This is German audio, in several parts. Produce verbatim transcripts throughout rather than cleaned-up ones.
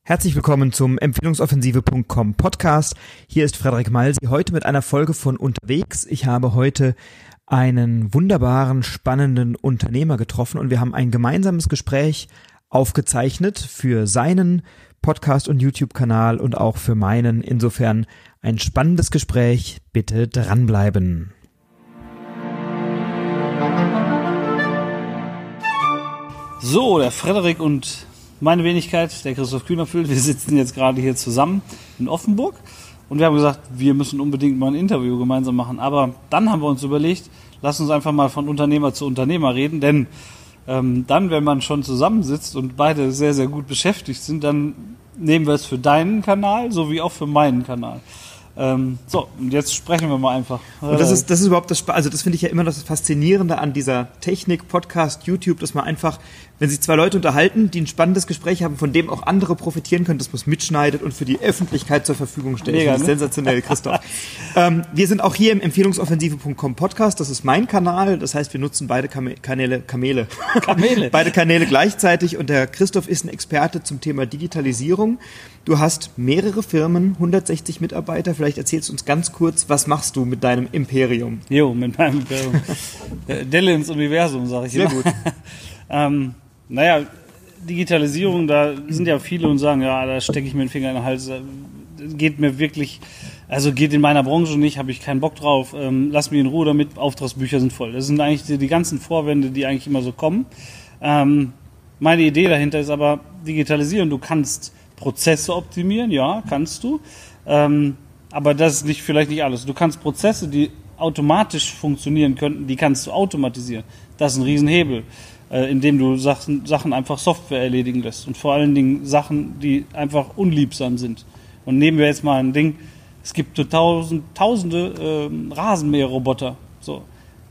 Herzlich willkommen zum Empfehlungsoffensive Punkt com Podcast. Hier ist Frederik Malsi, heute mit einer Folge von Unterwegs. Ich habe heute einen wunderbaren, spannenden Unternehmer getroffen und wir haben ein gemeinsames Gespräch aufgezeichnet für seinen Podcast- und YouTube-Kanal und auch für meinen. Insofern ein spannendes Gespräch. Bitte dranbleiben. So, der Frederik und meine Wenigkeit, der Christoph Kühnerfeld, wir sitzen jetzt gerade hier zusammen in Offenburg und wir haben gesagt, wir müssen unbedingt mal ein Interview gemeinsam machen. Aber dann haben wir uns überlegt, lass uns einfach mal von Unternehmer zu Unternehmer reden, denn ähm, dann, wenn man schon zusammensitzt und beide sehr, sehr gut beschäftigt sind, dann nehmen wir es für deinen Kanal sowie auch für meinen Kanal. Ähm, so, und jetzt sprechen wir mal einfach. Und das ist, das ist überhaupt das, also das finde ich ja immer das Faszinierende an dieser Technik, Podcast, YouTube, dass man einfach, wenn sich zwei Leute unterhalten, die ein spannendes Gespräch haben, von dem auch andere profitieren können, dass man es mitschneidet und für die Öffentlichkeit zur Verfügung stellt. Mega, das ist ne? Sensationell, Christoph. ähm, wir sind auch hier im Empfehlungsoffensive Punkt com Podcast, das ist mein Kanal, das heißt, wir nutzen beide Kam- Kanäle, Kamele. Kamele. beide Kanäle gleichzeitig und der Christoph ist ein Experte zum Thema Digitalisierung. Du hast mehrere Firmen, hundertsechzig Mitarbeiter, vielleicht erzählst du uns ganz kurz, was machst du mit deinem Imperium? Jo, mit meinem Imperium. Delle ins Universum, sag ich immer. Sehr gut. ähm, naja, Digitalisierung, da sind ja viele und sagen, ja, da stecke ich mir den Finger in den Hals. Geht mir wirklich, also geht in meiner Branche nicht, habe ich keinen Bock drauf. Ähm, lass mich in Ruhe damit, Auftragsbücher sind voll. Das sind eigentlich die, die ganzen Vorwände, die eigentlich immer so kommen. Ähm, meine Idee dahinter ist aber, digitalisieren, du kannst Prozesse optimieren, ja, kannst du. Ähm, aber das ist nicht, vielleicht nicht alles. Du kannst Prozesse, die automatisch funktionieren könnten, die kannst du automatisieren. Das ist ein Riesenhebel, äh, indem du Sachen, Sachen einfach Software erledigen lässt. Und vor allen Dingen Sachen, die einfach unliebsam sind. Und nehmen wir jetzt mal ein Ding, es gibt so tausend, tausende äh, Rasenmäherroboter. So.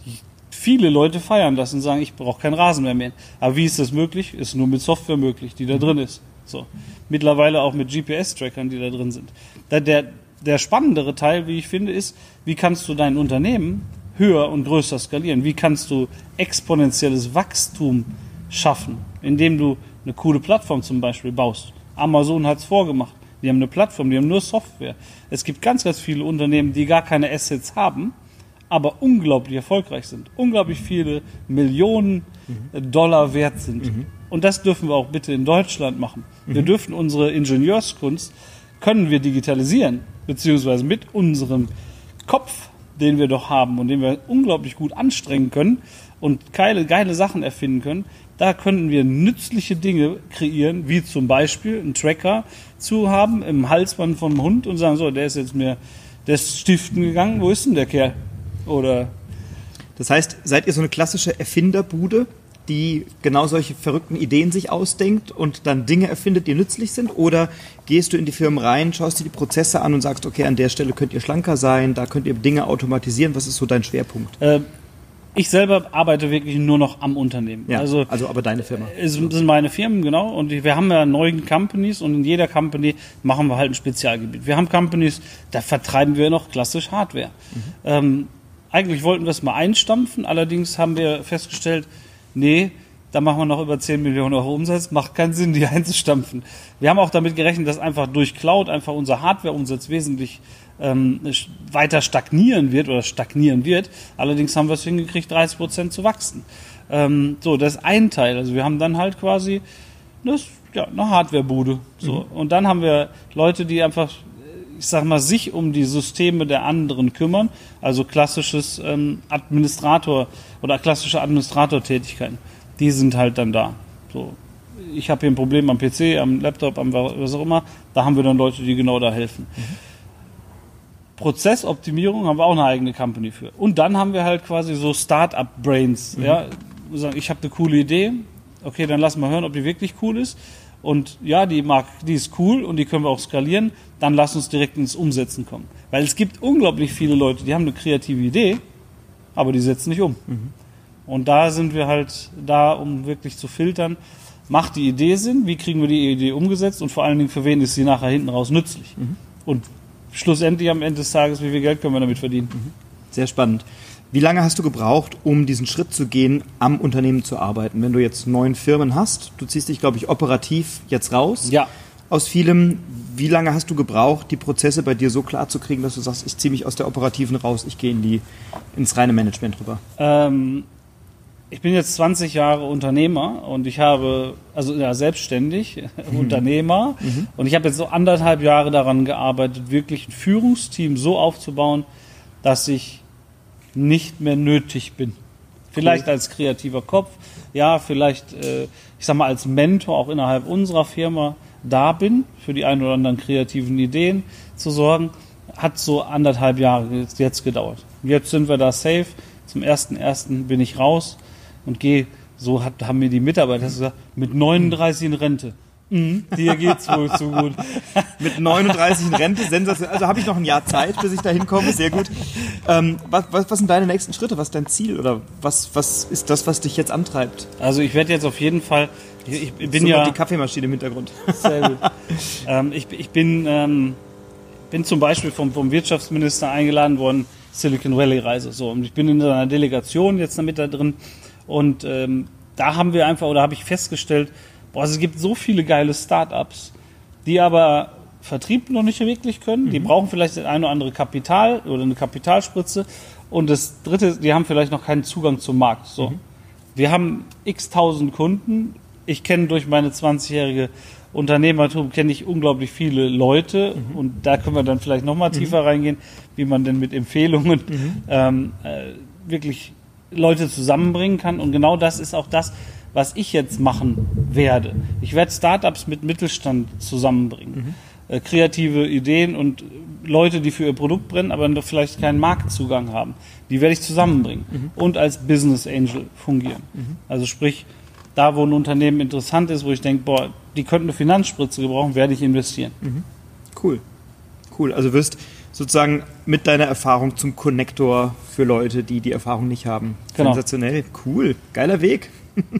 Viele Leute feiern das und sagen, ich brauche keinen Rasenmäher mehr. Aber wie ist das möglich? Ist nur mit Software möglich, die da drin ist. So. Mittlerweile auch mit G P S-Trackern, die da drin sind. Der, der, der spannendere Teil, wie ich finde, ist, wie kannst du dein Unternehmen höher und größer skalieren? Wie kannst du exponentielles Wachstum schaffen, indem du eine coole Plattform zum Beispiel baust? Amazon hat es vorgemacht. Die haben eine Plattform, die haben nur Software. Es gibt ganz, ganz viele Unternehmen, die gar keine Assets haben, aber unglaublich erfolgreich sind. Unglaublich viele Millionen mhm. Dollar wert sind. Mhm. Und das dürfen wir auch bitte in Deutschland machen. Mhm. Wir dürfen unsere Ingenieurskunst, können wir digitalisieren, beziehungsweise mit unserem Kopf, den wir doch haben und den wir unglaublich gut anstrengen können und geile, geile Sachen erfinden können, da könnten wir nützliche Dinge kreieren, wie zum Beispiel einen Tracker zu haben im Halsband vom Hund und sagen, so, der ist jetzt mir, der ist stiften gegangen, wo ist denn der Kerl? Oder das heißt, seid ihr so eine klassische Erfinderbude, die genau solche verrückten Ideen sich ausdenkt und dann Dinge erfindet, die nützlich sind? Oder gehst du in die Firmen rein, schaust dir die Prozesse an und sagst, okay, an der Stelle könnt ihr schlanker sein, da könnt ihr Dinge automatisieren. Was ist so dein Schwerpunkt? Äh, ich selber arbeite wirklich nur noch am Unternehmen. Ja, also, also aber deine Firma. Es sind meine Firmen, genau. Und wir haben ja neue Companies und in jeder Company machen wir halt ein Spezialgebiet. Wir haben Companies, da vertreiben wir noch klassisch Hardware. Mhm. Ähm, eigentlich wollten wir es mal einstampfen, allerdings haben wir festgestellt, nee, da machen wir noch über zehn Millionen Euro Umsatz, macht keinen Sinn, die einzustampfen. Wir haben auch damit gerechnet, dass einfach durch Cloud einfach unser Hardware-Umsatz wesentlich ähm, weiter stagnieren wird oder stagnieren wird. Allerdings haben wir es hingekriegt, dreißig Prozent zu wachsen. Ähm, so, das ist ein Teil. Also wir haben dann halt quasi das, ja, eine Hardware-Bude. So. Mhm. Und dann haben wir Leute, die einfach, ich sag mal, sich um die Systeme der anderen kümmern, also klassisches ähm, Administrator oder klassische Administratortätigkeiten, die sind halt dann da. So, ich habe hier ein Problem am P C, am Laptop, am was auch immer, da haben wir dann Leute, die genau da helfen. Mhm. Prozessoptimierung haben wir auch eine eigene Company für. Und dann haben wir halt quasi so Start-up-Brains. Mhm. Ja, wir sagen, ich habe eine coole Idee, okay, dann lass mal hören, ob die wirklich cool ist. Und ja, die mag, die ist cool und die können wir auch skalieren, dann lass uns direkt ins Umsetzen kommen. Weil es gibt unglaublich viele Leute, die haben eine kreative Idee, aber die setzen nicht um. Mhm. Und da sind wir halt da, um wirklich zu filtern, macht die Idee Sinn, wie kriegen wir die Idee umgesetzt und vor allen Dingen, für wen ist sie nachher hinten raus nützlich. Mhm. Und schlussendlich am Ende des Tages, wie viel Geld können wir damit verdienen. Mhm. Sehr spannend. Wie lange hast du gebraucht, um diesen Schritt zu gehen, am Unternehmen zu arbeiten? Wenn du jetzt neun Firmen hast, du ziehst dich, glaube ich, operativ jetzt raus. Ja. aus vielem. Wie lange hast du gebraucht, die Prozesse bei dir so klar zu kriegen, dass du sagst, ich ziehe mich aus der Operativen raus, ich gehe in die, ins reine Management rüber? Ähm, ich bin jetzt zwanzig Jahre Unternehmer und ich habe, also ja, selbstständig, mhm. Unternehmer. Mhm. Und ich habe jetzt so anderthalb Jahre daran gearbeitet, wirklich ein Führungsteam so aufzubauen, dass ich nicht mehr nötig bin. Vielleicht cool. Als kreativer Kopf, ja, vielleicht, äh, ich sag mal, als Mentor auch innerhalb unserer Firma da bin, für die ein oder anderen kreativen Ideen zu sorgen, hat so anderthalb Jahre jetzt, jetzt gedauert. Jetzt sind wir da safe. Zum ersten ersten bin ich raus und gehe, so hat, haben mir die Mitarbeiter gesagt, mit neununddreißig in Rente. Mhm, dir geht's wohl zu gut. Mit neununddreißig in Rente, sensationell. Also habe ich noch ein Jahr Zeit, bis ich da hinkomme, sehr gut. Ähm, was, was, was sind deine nächsten Schritte? Was ist dein Ziel? Oder was, was ist das, was dich jetzt antreibt? Also ich werde jetzt auf jeden Fall, ich, ich bin so ja... die Kaffeemaschine im Hintergrund. Sehr gut. ähm, ich, ich bin, ähm, bin zum Beispiel vom, vom Wirtschaftsminister eingeladen worden, Silicon Valley Reise. So, und ich bin in einer Delegation jetzt damit da drin. Und ähm, da haben wir einfach, oder habe ich festgestellt, boah, es gibt so viele geile Startups, die aber Vertrieb noch nicht wirklich können. Mhm. Die brauchen vielleicht das eine oder andere Kapital oder eine Kapitalspritze. Und das Dritte, die haben vielleicht noch keinen Zugang zum Markt. So, mhm. Wir haben x tausend Kunden. Ich kenne durch meine zwanzigjährige Unternehmertum kenne ich unglaublich viele Leute. Mhm. Und da können wir dann vielleicht noch mal tiefer mhm. reingehen, wie man denn mit Empfehlungen mhm. ähm, äh, wirklich Leute zusammenbringen kann. Und genau das ist auch das, was ich jetzt machen werde. Ich werde Startups mit Mittelstand zusammenbringen. Mhm. Äh, kreative Ideen und Leute, die für ihr Produkt brennen, aber noch vielleicht keinen Marktzugang haben. Die werde ich zusammenbringen mhm. und als Business Angel fungieren. Mhm. Also sprich, da wo ein Unternehmen interessant ist, wo ich denke, boah, die könnten eine Finanzspritze gebrauchen, werde ich investieren. Mhm. Cool. Cool. Also wirst sozusagen mit deiner Erfahrung zum Connector für Leute, die die Erfahrung nicht haben. Genau. Sensationell. Cool. Geiler Weg.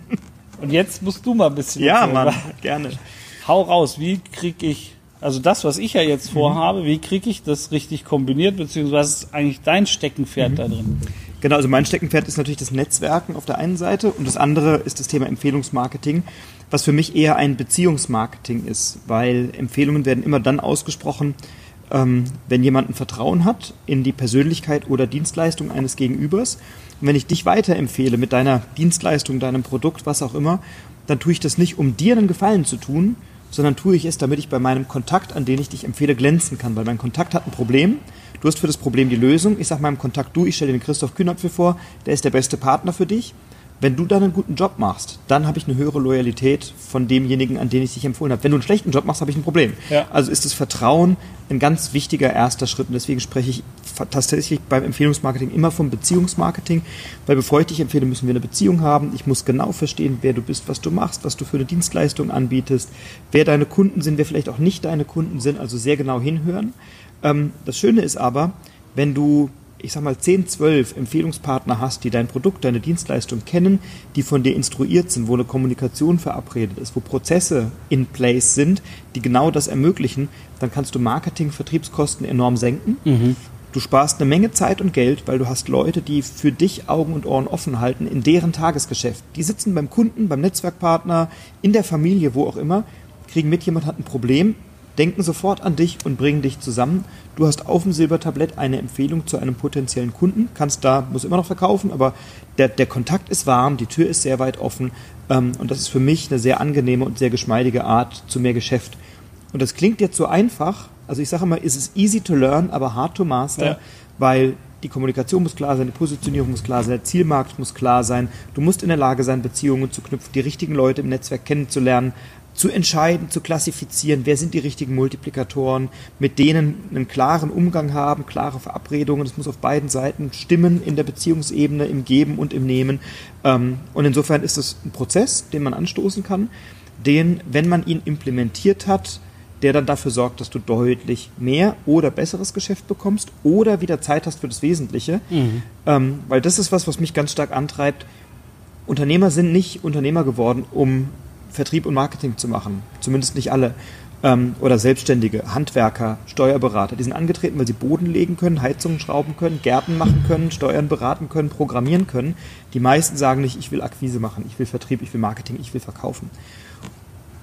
Und jetzt musst du mal ein bisschen... Ja, Mann, gerne. Hau raus, wie kriege ich, also das, was ich ja jetzt vorhabe, mhm. wie kriege ich das richtig kombiniert, beziehungsweise ist eigentlich dein Steckenpferd mhm. da drin? Genau, also mein Steckenpferd ist natürlich das Netzwerken auf der einen Seite und das andere ist das Thema Empfehlungsmarketing, was für mich eher ein Beziehungsmarketing ist, weil Empfehlungen werden immer dann ausgesprochen, ähm, wenn jemand ein Vertrauen hat in die Persönlichkeit oder Dienstleistung eines Gegenübers. Und wenn ich dich weiterempfehle mit deiner Dienstleistung, deinem Produkt, was auch immer, dann tue ich das nicht, um dir einen Gefallen zu tun, sondern tue ich es, damit ich bei meinem Kontakt, an den ich dich empfehle, glänzen kann. Weil mein Kontakt hat ein Problem, du hast für das Problem die Lösung. Ich sage meinem Kontakt, du, ich stelle den Christoph Kühnapfel vor, der ist der beste Partner für dich. Wenn du dann einen guten Job machst, dann habe ich eine höhere Loyalität von demjenigen, an den ich dich empfohlen habe. Wenn du einen schlechten Job machst, habe ich ein Problem. Ja. Also ist das Vertrauen ein ganz wichtiger erster Schritt. Und deswegen spreche ich tatsächlich beim Empfehlungsmarketing immer vom Beziehungsmarketing, weil bevor ich dich empfehle, müssen wir eine Beziehung haben. Ich muss genau verstehen, wer du bist, was du machst, was du für eine Dienstleistung anbietest, wer deine Kunden sind, wer vielleicht auch nicht deine Kunden sind, also sehr genau hinhören. Ähm, das Schöne ist aber, wenn du ich sag mal, zehn, zwölf Empfehlungspartner hast, die dein Produkt, deine Dienstleistung kennen, die von dir instruiert sind, wo eine Kommunikation verabredet ist, wo Prozesse in place sind, die genau das ermöglichen, dann kannst du Marketing, Vertriebskosten enorm senken. Mhm. Du sparst eine Menge Zeit und Geld, weil du hast Leute, die für dich Augen und Ohren offen halten in deren Tagesgeschäft. Die sitzen beim Kunden, beim Netzwerkpartner, in der Familie, wo auch immer, kriegen mit, jemand hat ein Problem, denken sofort an dich und bringen dich zusammen. Du hast auf dem Silbertablett eine Empfehlung zu einem potenziellen Kunden, kannst da, muss immer noch verkaufen, aber der, der Kontakt ist warm, die Tür ist sehr weit offen ähm, und das ist für mich eine sehr angenehme und sehr geschmeidige Art zu mehr Geschäft. Und das klingt jetzt so einfach, also ich sage immer, es ist easy to learn, aber hard to master, ja. Weil die Kommunikation muss klar sein, die Positionierung muss klar sein, der Zielmarkt muss klar sein, du musst in der Lage sein, Beziehungen zu knüpfen, die richtigen Leute im Netzwerk kennenzulernen, zu entscheiden, zu klassifizieren, wer sind die richtigen Multiplikatoren, mit denen einen klaren Umgang haben, klare Verabredungen. Es muss auf beiden Seiten stimmen in der Beziehungsebene, im Geben und im Nehmen. Und insofern ist es ein Prozess, den man anstoßen kann, den, wenn man ihn implementiert hat, der dann dafür sorgt, dass du deutlich mehr oder besseres Geschäft bekommst oder wieder Zeit hast für das Wesentliche. Mhm. Ähm, weil das ist was, was mich ganz stark antreibt. Unternehmer sind nicht Unternehmer geworden, um Vertrieb und Marketing zu machen. Zumindest nicht alle. Ähm, oder Selbstständige, Handwerker, Steuerberater. Die sind angetreten, weil sie Boden legen können, Heizungen schrauben können, Gärten machen können, Steuern beraten können, programmieren können. Die meisten sagen nicht, ich will Akquise machen, ich will Vertrieb, ich will Marketing, ich will verkaufen.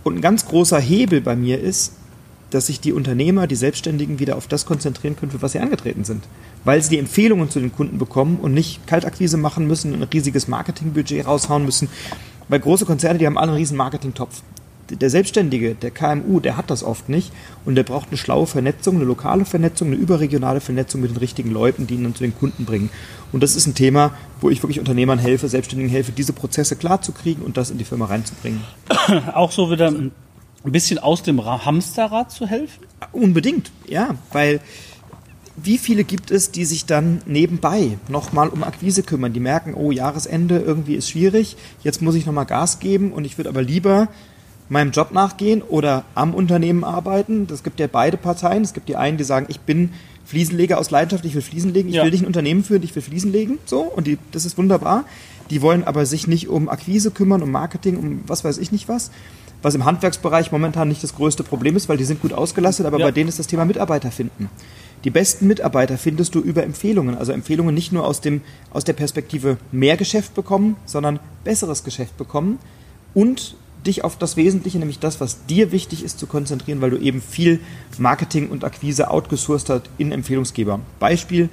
Und ein ganz großer Hebel bei mir ist, dass sich die Unternehmer, die Selbstständigen wieder auf das konzentrieren können, für was sie angetreten sind. Weil sie die Empfehlungen zu den Kunden bekommen und nicht Kaltakquise machen müssen, ein riesiges Marketingbudget raushauen müssen. Weil große Konzerne, die haben alle einen riesen Marketingtopf. Der Selbstständige, der K M U, der hat das oft nicht und der braucht eine schlaue Vernetzung, eine lokale Vernetzung, eine überregionale Vernetzung mit den richtigen Leuten, die ihn dann zu den Kunden bringen. Und das ist ein Thema, wo ich wirklich Unternehmern helfe, Selbstständigen helfe, diese Prozesse klar zu kriegen und das in die Firma reinzubringen. Auch so wieder ein bisschen aus dem Hamsterrad zu helfen? Unbedingt, ja, weil wie viele gibt es, die sich dann nebenbei nochmal um Akquise kümmern, die merken, oh, Jahresende irgendwie ist schwierig, jetzt muss ich nochmal Gas geben und ich würde aber lieber meinem Job nachgehen oder am Unternehmen arbeiten. Das gibt ja beide Parteien. Es gibt die einen, die sagen, ich bin Fliesenleger aus Leidenschaft, ich will Fliesen legen, ich ja. will nicht ein Unternehmen führen, ich will Fliesen legen. So, und die, das ist wunderbar. Die wollen aber sich nicht um Akquise kümmern, um Marketing, um was weiß ich nicht was. Was im Handwerksbereich momentan nicht das größte Problem ist, weil die sind gut ausgelastet, aber ja. bei denen ist das Thema Mitarbeiter finden. Die besten Mitarbeiter findest du über Empfehlungen. Also Empfehlungen nicht nur aus, dem, aus der Perspektive mehr Geschäft bekommen, sondern besseres Geschäft bekommen und dich auf das Wesentliche, nämlich das, was dir wichtig ist, zu konzentrieren, weil du eben viel Marketing und Akquise outgesourced hast in Empfehlungsgeber. Beispiel,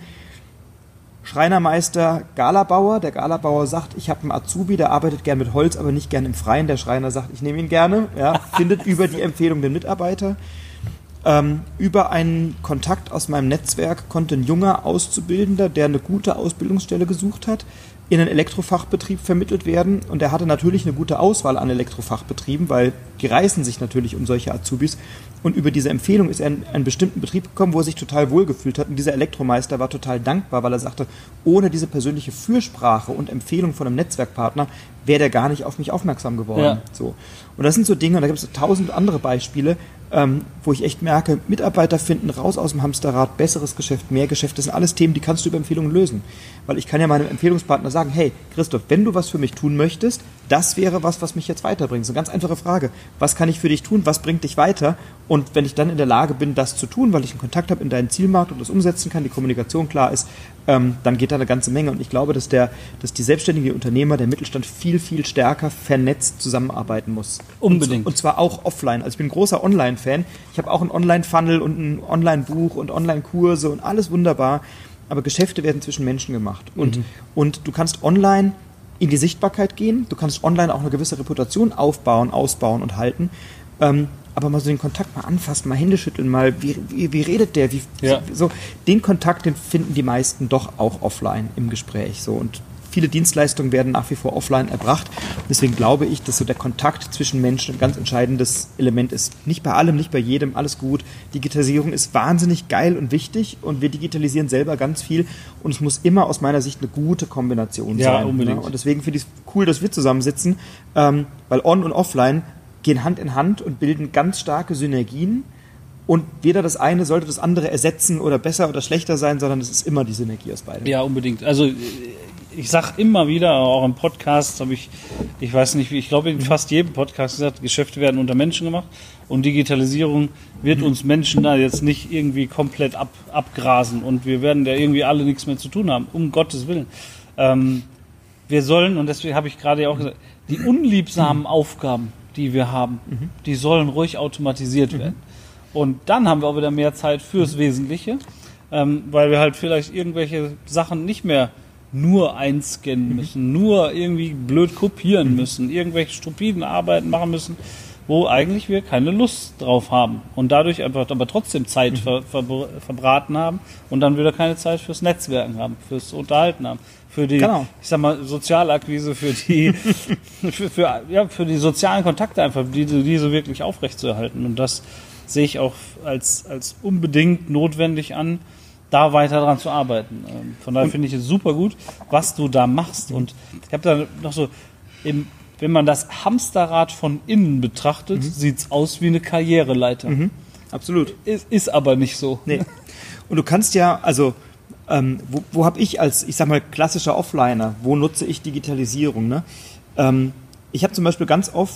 Schreinermeister Galabauer. Der Galabauer sagt, ich habe einen Azubi, der arbeitet gern mit Holz, aber nicht gern im Freien. Der Schreiner sagt, ich nehme ihn gerne. Ja, findet über die Empfehlung den Mitarbeiter. Ähm, über einen Kontakt aus meinem Netzwerk konnte ein junger Auszubildender, der eine gute Ausbildungsstelle gesucht hat, in einen Elektrofachbetrieb vermittelt werden und er hatte natürlich eine gute Auswahl an Elektrofachbetrieben, weil die reißen sich natürlich um solche Azubis und über diese Empfehlung ist er in einen bestimmten Betrieb gekommen, wo er sich total wohlgefühlt hat und dieser Elektromeister war total dankbar, weil er sagte, ohne diese persönliche Fürsprache und Empfehlung von einem Netzwerkpartner wäre der gar nicht auf mich aufmerksam geworden. Ja. So. Und das sind so Dinge, und da gibt es tausend andere Beispiele, ähm, wo ich echt merke, Mitarbeiter finden raus aus dem Hamsterrad, besseres Geschäft, mehr Geschäft, das sind alles Themen, die kannst du über Empfehlungen lösen. Weil ich kann ja meinem Empfehlungspartner sagen, hey Christoph, wenn du was für mich tun möchtest, das wäre was, was mich jetzt weiterbringt. Das ist eine ganz einfache Frage. Was kann ich für dich tun? Was bringt dich weiter? Und wenn ich dann in der Lage bin, das zu tun, weil ich einen Kontakt habe in deinen Zielmarkt und das umsetzen kann, die Kommunikation klar ist, ähm, dann geht da eine ganze Menge. Und ich glaube, dass, der, dass die selbstständigen die Unternehmer, der Mittelstand viel, viel stärker vernetzt zusammenarbeiten muss. Unbedingt. Und, und zwar auch offline. Also ich bin ein großer Online-Fan. Ich habe auch einen Online-Funnel und ein Online-Buch und Online-Kurse und alles wunderbar. Aber Geschäfte werden zwischen Menschen gemacht. Und, mhm. und du kannst online in die Sichtbarkeit gehen. Du kannst online auch eine gewisse Reputation aufbauen, ausbauen und halten. Ähm, aber mal so den Kontakt mal anfassen, mal Hände schütteln, mal wie, wie, wie redet der? Wie, ja. so, den Kontakt, den finden die meisten doch auch offline im Gespräch. So. Und viele Dienstleistungen werden nach wie vor offline erbracht. Deswegen glaube ich, dass so der Kontakt zwischen Menschen ein ganz entscheidendes Element ist. Nicht bei allem, nicht bei jedem, alles gut. Digitalisierung ist wahnsinnig geil und wichtig und wir digitalisieren selber ganz viel und es muss immer aus meiner Sicht eine gute Kombination ja, sein. Unbedingt. Ne? Und deswegen finde ich es cool, dass wir zusammensitzen, ähm, weil On und Offline gehen Hand in Hand und bilden ganz starke Synergien. Und weder das eine sollte das andere ersetzen oder besser oder schlechter sein, sondern es ist immer die Synergie aus beiden. Ja, unbedingt. Also ich sage immer wieder, auch im Podcast habe ich, ich weiß nicht, ich glaube in fast jedem Podcast gesagt, Geschäfte werden unter Menschen gemacht und Digitalisierung wird mhm. uns Menschen da jetzt nicht irgendwie komplett ab, abgrasen und wir werden da irgendwie alle nichts mehr zu tun haben, um Gottes Willen. Ähm, wir sollen, und deswegen habe ich gerade ja auch gesagt, die unliebsamen mhm. Aufgaben, die wir haben, mhm. die sollen ruhig automatisiert mhm. werden. Und dann haben wir auch wieder mehr Zeit fürs Wesentliche, ähm, weil wir halt vielleicht irgendwelche Sachen nicht mehr nur einscannen müssen, mhm. nur irgendwie blöd kopieren mhm. müssen, irgendwelche stupiden Arbeiten machen müssen, wo eigentlich wir keine Lust drauf haben und dadurch einfach aber trotzdem Zeit mhm. ver, ver, verbraten haben und dann wieder keine Zeit fürs Netzwerken haben, fürs Unterhalten haben, für die, genau. ich sag mal, Sozialakquise, für die, für, für, ja, für die sozialen Kontakte einfach, diese, diese wirklich aufrechtzuerhalten und das sehe ich auch als, als unbedingt notwendig an, da weiter dran zu arbeiten. Von daher finde ich es super gut, was du da machst. Und ich habe da noch so, im, wenn man das Hamsterrad von innen betrachtet, mhm. sieht es aus wie eine Karriereleiter. Mhm. Absolut. Ist, ist aber nicht so. Nee. Und du kannst ja, also ähm, wo, wo habe ich als, ich sag mal, klassischer Offliner, wo nutze ich Digitalisierung? Ne? Ähm, ich habe zum Beispiel ganz oft,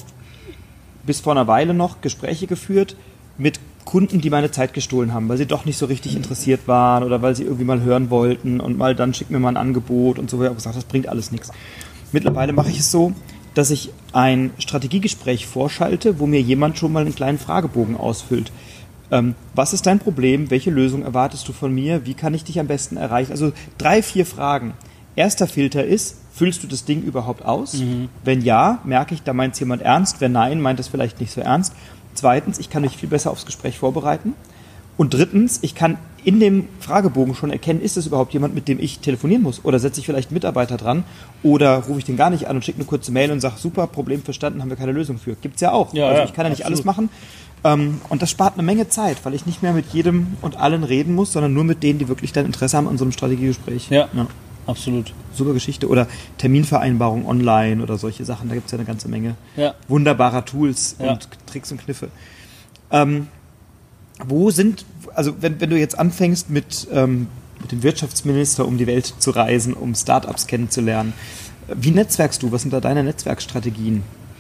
bis vor einer Weile noch, Gespräche geführt mit Kunden, die meine Zeit gestohlen haben, weil sie doch nicht so richtig interessiert waren oder weil sie irgendwie mal hören wollten und mal dann schick mir mal ein Angebot und so. Ich habe gesagt, das bringt alles nichts. Mittlerweile mache ich es so, dass ich ein Strategiegespräch vorschalte, wo mir jemand schon mal einen kleinen Fragebogen ausfüllt. Ähm, was ist dein Problem? Welche Lösung erwartest du von mir? Wie kann ich dich am besten erreichen? Also drei, vier Fragen. Erster Filter ist, füllst du das Ding überhaupt aus? Mhm. Wenn ja, merke ich, da meint es jemand ernst. Wenn nein, meint es vielleicht nicht so ernst. Zweitens, ich kann mich viel besser aufs Gespräch vorbereiten. Und drittens, ich kann in dem Fragebogen schon erkennen, ist es überhaupt jemand, mit dem ich telefonieren muss? Oder setze ich vielleicht einen Mitarbeiter dran? Oder rufe ich den gar nicht an und schicke eine kurze Mail und sage, super, Problem verstanden, haben wir keine Lösung für. Gibt's ja auch. Ja, also ja, ich kann ja nicht absolut. alles machen. Und das spart eine Menge Zeit, weil ich nicht mehr mit jedem und allen reden muss, sondern nur mit denen, die wirklich dann Interesse haben an so einem Strategiegespräch. Ja, ja. Absolut. Super Geschichte. Oder Terminvereinbarung online oder solche Sachen. Da gibt es ja eine ganze Menge ja. wunderbarer Tools ja. und Tricks und Kniffe. Ähm, wo sind, also wenn, wenn du jetzt anfängst mit, ähm, mit dem Wirtschaftsminister um die Welt zu reisen, um Startups kennenzulernen, wie netzwerkst du? Was sind da deine Netzwerkstrategien?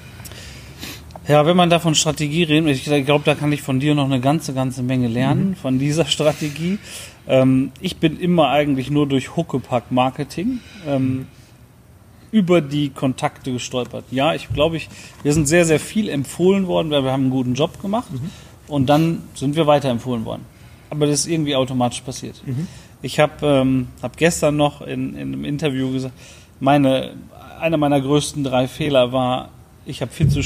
Ja, wenn man da von Strategie redet, ich glaube, da kann ich von dir noch eine ganze, ganze Menge lernen, mhm. von dieser Strategie. Ähm, ich bin immer eigentlich nur durch Huckepack-Marketing ähm, über die Kontakte gestolpert. Ja, ich glaube, ich, wir sind sehr, sehr viel empfohlen worden, weil wir haben einen guten Job gemacht mhm. und dann sind wir weiterempfohlen worden. Aber das ist irgendwie automatisch passiert. Mhm. Ich habe ähm, hab gestern noch in, in einem Interview gesagt, meine, einer meiner größten drei Fehler war, ich habe viel zu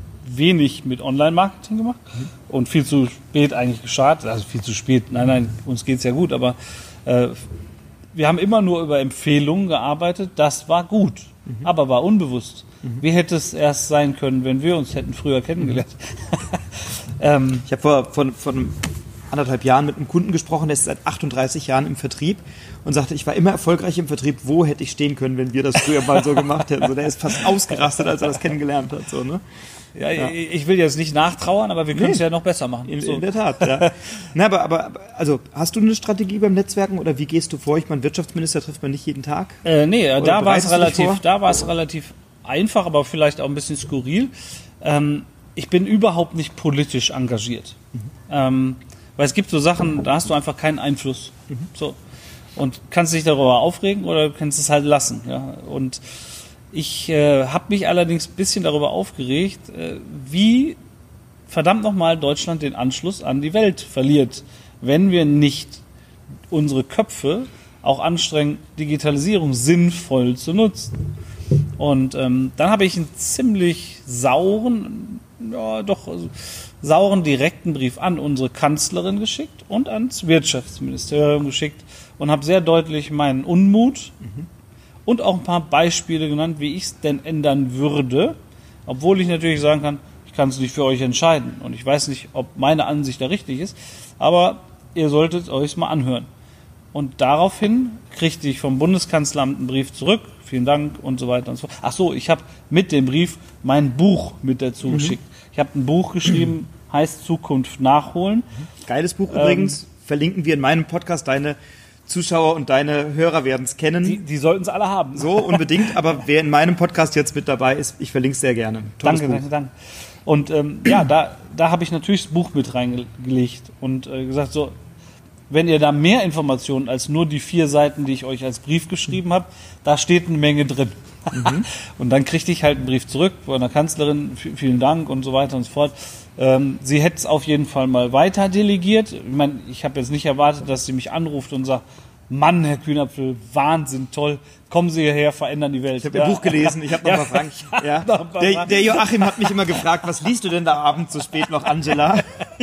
wenig mit Online-Marketing gemacht mhm. und viel zu spät eigentlich gestartet, also viel zu spät, nein, nein, uns geht's ja gut, aber äh, wir haben immer nur über Empfehlungen gearbeitet, das war gut, mhm. aber war unbewusst. Mhm. Wie hätte es erst sein können, wenn wir uns hätten früher kennengelernt? Mhm. ähm, ich habe vor, vor, vor einem anderthalb Jahren mit einem Kunden gesprochen, der ist seit achtunddreißig Jahren im Vertrieb und sagte, ich war immer erfolgreich im Vertrieb, wo hätte ich stehen können, wenn wir das früher mal so gemacht hätten. So, der ist fast ausgerastet, als er das kennengelernt hat. So, ne? Ja, ja, ich will jetzt nicht nachtrauern, aber wir können es nee. ja noch besser machen. In, so. in der Tat, ja. Na, aber, aber, also, hast du eine Strategie beim Netzwerken oder wie gehst du vor? Ich meine, Wirtschaftsminister trifft man nicht jeden Tag. Äh, nee, oder da war es relativ, da war es relativ einfach, aber vielleicht auch ein bisschen skurril. Ähm, ich bin überhaupt nicht politisch engagiert. Mhm. Ähm, weil es gibt so Sachen, da hast du einfach keinen Einfluss. Mhm. So. Und kannst dich darüber aufregen oder kannst es halt lassen. Ja? Und ich äh, habe mich allerdings ein bisschen darüber aufgeregt, äh, wie verdammt nochmal Deutschland den Anschluss an die Welt verliert, wenn wir nicht unsere Köpfe auch anstrengen, Digitalisierung sinnvoll zu nutzen. Und ähm, dann habe ich einen ziemlich sauren, ja doch also, sauren direkten Brief an unsere Kanzlerin geschickt und ans Wirtschaftsministerium geschickt und habe sehr deutlich meinen Unmut mhm. und auch ein paar Beispiele genannt, wie ich es denn ändern würde, obwohl ich natürlich sagen kann, ich kann es nicht für euch entscheiden und ich weiß nicht, ob meine Ansicht da richtig ist, aber ihr solltet euch mal anhören. Und daraufhin kriegte ich vom Bundeskanzleramt einen Brief zurück, vielen Dank und so weiter und so fort. Ach so, ich habe mit dem Brief mein Buch mit dazu mhm. geschickt. Ich habe ein Buch geschrieben, heißt Zukunft nachholen. Geiles Buch ähm, übrigens, verlinken wir in meinem Podcast, deine Zuschauer und deine Hörer werden es kennen. Die, die sollten es alle haben. So, unbedingt, aber wer in meinem Podcast jetzt mit dabei ist, ich verlinke es sehr gerne. Tolles danke, Buch. danke, danke. Und ähm, ja, da, da habe ich natürlich das Buch mit reingelegt und äh, gesagt, so, wenn ihr da mehr Informationen als nur die vier Seiten, die ich euch als Brief geschrieben habe, da steht eine Menge drin. Mhm. Und dann kriegte ich halt einen Brief zurück von der Kanzlerin, vielen Dank und so weiter und so fort. Ähm, sie hätte es auf jeden Fall mal weiter delegiert. Ich meine, ich habe jetzt nicht erwartet, dass sie mich anruft und sagt, Mann, Herr Kühnapfel, Wahnsinn, toll, kommen Sie hierher, verändern die Welt. Ich habe ja. Ihr Buch gelesen, ich habe noch ja. mal Fragen. Ja. Noch mal der, der Joachim hat mich immer gefragt, was liest du denn da abends so spät noch, Angela?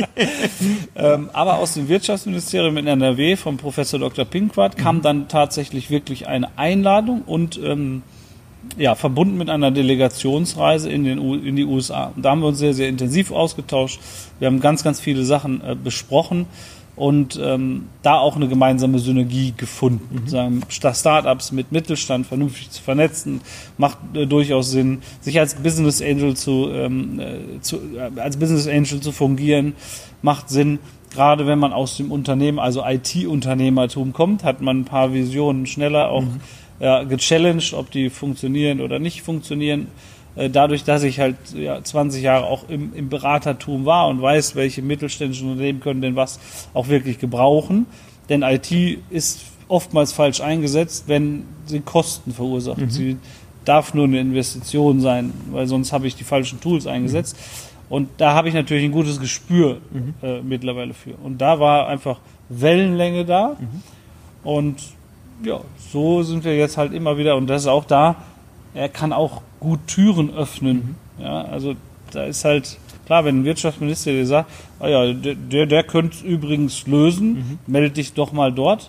ähm, aber aus dem Wirtschaftsministerium in N R W vom Professor Doktor Pinkwart kam dann tatsächlich wirklich eine Einladung und ähm, ja, verbunden mit einer Delegationsreise in, den U- in die U S A. Und da haben wir uns sehr, sehr intensiv ausgetauscht. Wir haben ganz, ganz viele Sachen äh, besprochen. Und ähm, da auch eine gemeinsame Synergie gefunden. Mhm. Sagen, Startups mit Mittelstand vernünftig zu vernetzen, macht äh, durchaus Sinn, sich als Business Angel zu, ähm, äh, zu äh, als Business Angel zu fungieren, macht Sinn. Gerade wenn man aus dem Unternehmen, also I T-Unternehmertum kommt, hat man ein paar Visionen schneller auch mhm. ja, gechallenged, ob die funktionieren oder nicht funktionieren. Dadurch, dass ich halt ja, zwanzig Jahre auch im, im Beratertum war und weiß, welche mittelständischen Unternehmen können denn was auch wirklich gebrauchen. Denn I T ist oftmals falsch eingesetzt, wenn sie Kosten verursacht. Mhm. Sie darf nur eine Investition sein, weil sonst habe ich die falschen Tools eingesetzt. Und da habe ich natürlich ein gutes Gespür mhm. äh, mittlerweile für. Und da war einfach Wellenlänge da. Mhm. Und ja, so sind wir jetzt halt immer wieder. Und das ist auch da, er kann auch gut Türen öffnen. Mhm. Ja, also da ist halt, klar, wenn ein Wirtschaftsminister dir sagt, ah ja, der, der, der könnte es übrigens lösen, mhm. melde dich doch mal dort.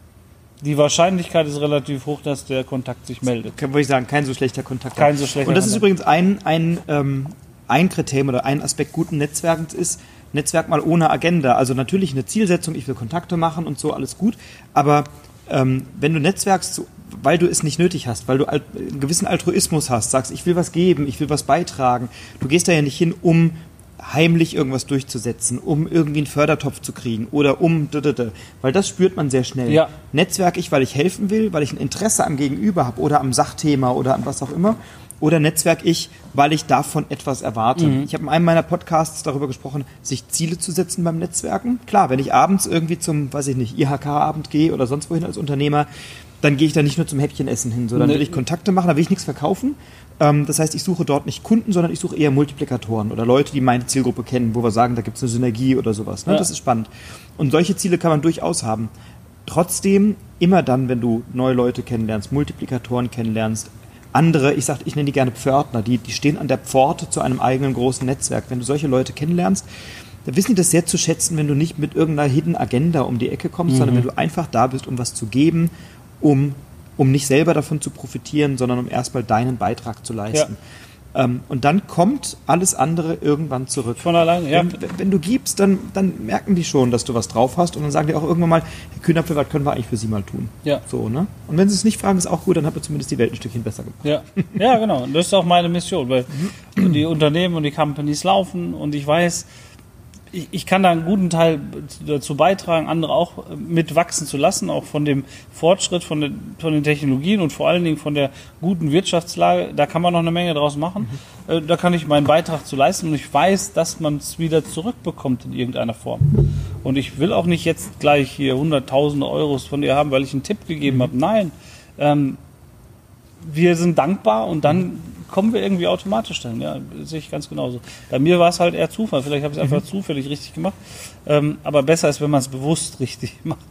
Die Wahrscheinlichkeit ist relativ hoch, dass der Kontakt sich meldet. Kann ich sagen, kein so schlechter Kontakt. Kein so schlechter Und das ist Kontakt. übrigens ein, ein, ähm, ein Kriterium oder ein Aspekt guten Netzwerkens ist, Netzwerk mal ohne Agenda. Also natürlich eine Zielsetzung, ich will Kontakte machen und so, alles gut. Aber ähm, wenn du netzwerkst, weil du es nicht nötig hast, weil du alt, einen gewissen Altruismus hast, sagst, ich will was geben, ich will was beitragen, du gehst da ja nicht hin, um heimlich irgendwas durchzusetzen, um irgendwie einen Fördertopf zu kriegen oder um, weil das spürt man sehr schnell. Ja. Netzwerk ich, weil ich helfen will, weil ich ein Interesse am Gegenüber habe oder am Sachthema oder an was auch immer. Oder Netzwerk ich, weil ich davon etwas erwarte. Mhm. Ich habe in einem meiner Podcasts darüber gesprochen, sich Ziele zu setzen beim Netzwerken. Klar, wenn ich abends irgendwie zum, weiß ich nicht, I H K-Abend gehe oder sonst wohin als Unternehmer, dann gehe ich da nicht nur zum Häppchenessen hin, sondern nee. will ich Kontakte machen, da will ich nichts verkaufen. Ähm, das heißt, ich suche dort nicht Kunden, sondern ich suche eher Multiplikatoren oder Leute, die meine Zielgruppe kennen, wo wir sagen, da gibt es eine Synergie oder sowas. Ne? Ja. Das ist spannend. Und solche Ziele kann man durchaus haben. Trotzdem, immer dann, wenn du neue Leute kennenlernst, Multiplikatoren kennenlernst, andere, ich sag, ich nenne die gerne Pförtner, die, die stehen an der Pforte zu einem eigenen großen Netzwerk. Wenn du solche Leute kennenlernst, dann wissen die das sehr zu schätzen, wenn du nicht mit irgendeiner Hidden Agenda um die Ecke kommst, mhm. sondern wenn du einfach da bist, um was zu geben, um, um nicht selber davon zu profitieren, sondern um erstmal deinen Beitrag zu leisten. Ja. Ähm, und dann kommt alles andere irgendwann zurück. Von alleine, ja. Wenn, wenn du gibst, dann, dann merken die schon, dass du was drauf hast und dann sagen die auch irgendwann mal, Herr Kühnapfel, was können wir eigentlich für Sie mal tun? Ja. So, ne? Und wenn sie es nicht fragen, ist auch gut, dann hat man zumindest die Welt ein Stückchen besser gemacht. Ja, ja, genau. Und das ist auch meine Mission, weil die Unternehmen und die Companies laufen und ich weiß, ich, ich kann da einen guten Teil dazu beitragen, andere auch mitwachsen zu lassen, auch von dem Fortschritt, von den, von den Technologien und vor allen Dingen von der guten Wirtschaftslage. Da kann man noch eine Menge draus machen. Mhm. Da kann ich meinen Beitrag zu leisten und ich weiß, dass man es wieder zurückbekommt in irgendeiner Form. Und ich will auch nicht jetzt gleich hier hunderttausende Euros von dir haben, weil ich einen Tipp gegeben mhm. habe. Nein, ähm, wir sind dankbar und dann kommen wir irgendwie automatisch dahin. Ja, sehe ich ganz genauso. Bei mir war es halt eher Zufall. Vielleicht habe ich es einfach mhm. zufällig richtig gemacht. Ähm, aber besser ist, wenn man es bewusst richtig macht.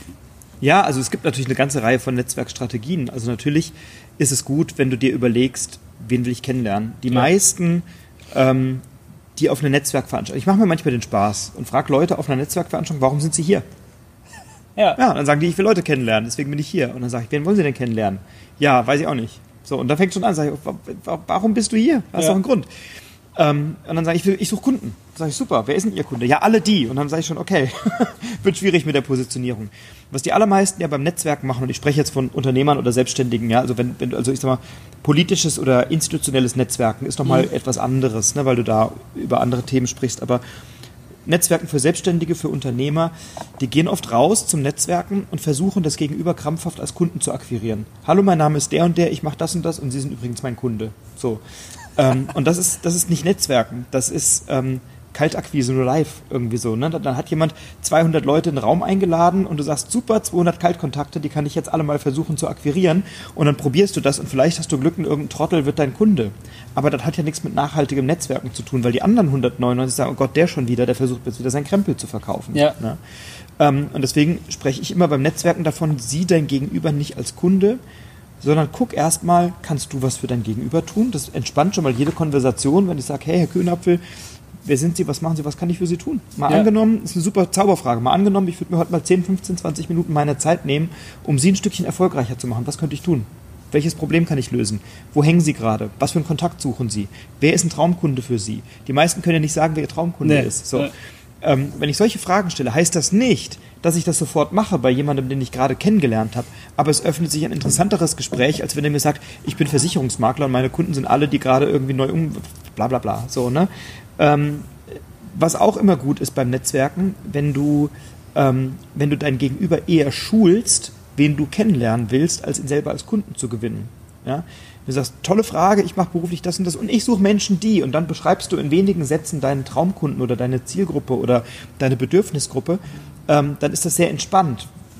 Ja, also es gibt natürlich eine ganze Reihe von Netzwerkstrategien. Also natürlich ist es gut, wenn du dir überlegst, wen will ich kennenlernen. Die ja. meisten, ähm, die auf eine Netzwerkveranstaltung, ich mache mir manchmal den Spaß und frage Leute auf einer Netzwerkveranstaltung, warum sind sie hier? Ja. Ja, und dann sagen die, ich will Leute kennenlernen, deswegen bin ich hier. Und dann sage ich, wen wollen sie denn kennenlernen? Ja, weiß ich auch nicht. So, und dann fängt schon an, sage ich, warum bist du hier? Das ist doch ein Grund. Ähm, und dann sage ich, ich suche Kunden. Dann sage ich, super, wer ist denn Ihr Kunde? Ja, alle die. Und dann sage ich schon, okay, wird schwierig mit der Positionierung. Was die allermeisten ja beim Netzwerken machen, und ich spreche jetzt von Unternehmern oder Selbstständigen, ja, also wenn, wenn also ich sag mal, politisches oder institutionelles Netzwerken ist nochmal mhm. etwas anderes, ne, weil du da über andere Themen sprichst, aber Netzwerken für Selbstständige, für Unternehmer, die gehen oft raus zum Netzwerken und versuchen, das Gegenüber krampfhaft als Kunden zu akquirieren. Hallo, mein Name ist der und der, ich mache das und das und Sie sind übrigens mein Kunde. So. ähm, und das ist, das ist nicht Netzwerken, das ist ähm, Kaltakquise nur live irgendwie so. Ne? Dann hat jemand zweihundert Leute in den Raum eingeladen und du sagst, super, zweihundert Kaltkontakte, die kann ich jetzt alle mal versuchen zu akquirieren und dann probierst du das und vielleicht hast du Glück und irgendein Trottel wird dein Kunde. Aber das hat ja nichts mit nachhaltigem Netzwerken zu tun, weil die anderen hundertneunundneunzig sagen, oh Gott, der schon wieder, der versucht jetzt wieder sein Krempel zu verkaufen. Ja. Ne? Ähm, und deswegen spreche ich immer beim Netzwerken davon, sieh dein Gegenüber nicht als Kunde, sondern guck erstmal, kannst du was für dein Gegenüber tun? Das entspannt schon mal jede Konversation, wenn ich sage, hey, Herr Kühnapfel, wer sind Sie, was machen Sie, was kann ich für Sie tun? Mal ja. angenommen, ist eine super Zauberfrage, mal angenommen, ich würde mir heute mal zehn, fünfzehn, zwanzig Minuten meiner Zeit nehmen, um Sie ein Stückchen erfolgreicher zu machen. Was könnte ich tun? Welches Problem kann ich lösen? Wo hängen Sie gerade? Was für einen Kontakt suchen Sie? Wer ist ein Traumkunde für Sie? Die meisten können ja nicht sagen, wer Ihr Traumkunde nee. ist. So. Nee. Ähm, wenn ich solche Fragen stelle, heißt das nicht, dass ich das sofort mache bei jemandem, den ich gerade kennengelernt habe. Aber es öffnet sich ein interessanteres Gespräch, als wenn er mir sagt, ich bin Versicherungsmakler und meine Kunden sind alle, die gerade irgendwie neu um... bla bla bla. So, ne? Ähm, was auch immer gut ist beim Netzwerken, wenn du, ähm, wenn du dein Gegenüber eher schulst, wen du kennenlernen willst, als ihn selber als Kunden zu gewinnen. Ja? Du sagst, tolle Frage, ich mache beruflich das und das und ich suche Menschen, die, und dann beschreibst du in wenigen Sätzen deinen Traumkunden oder deine Zielgruppe oder deine Bedürfnisgruppe, ähm, dann ist das sehr entspannt.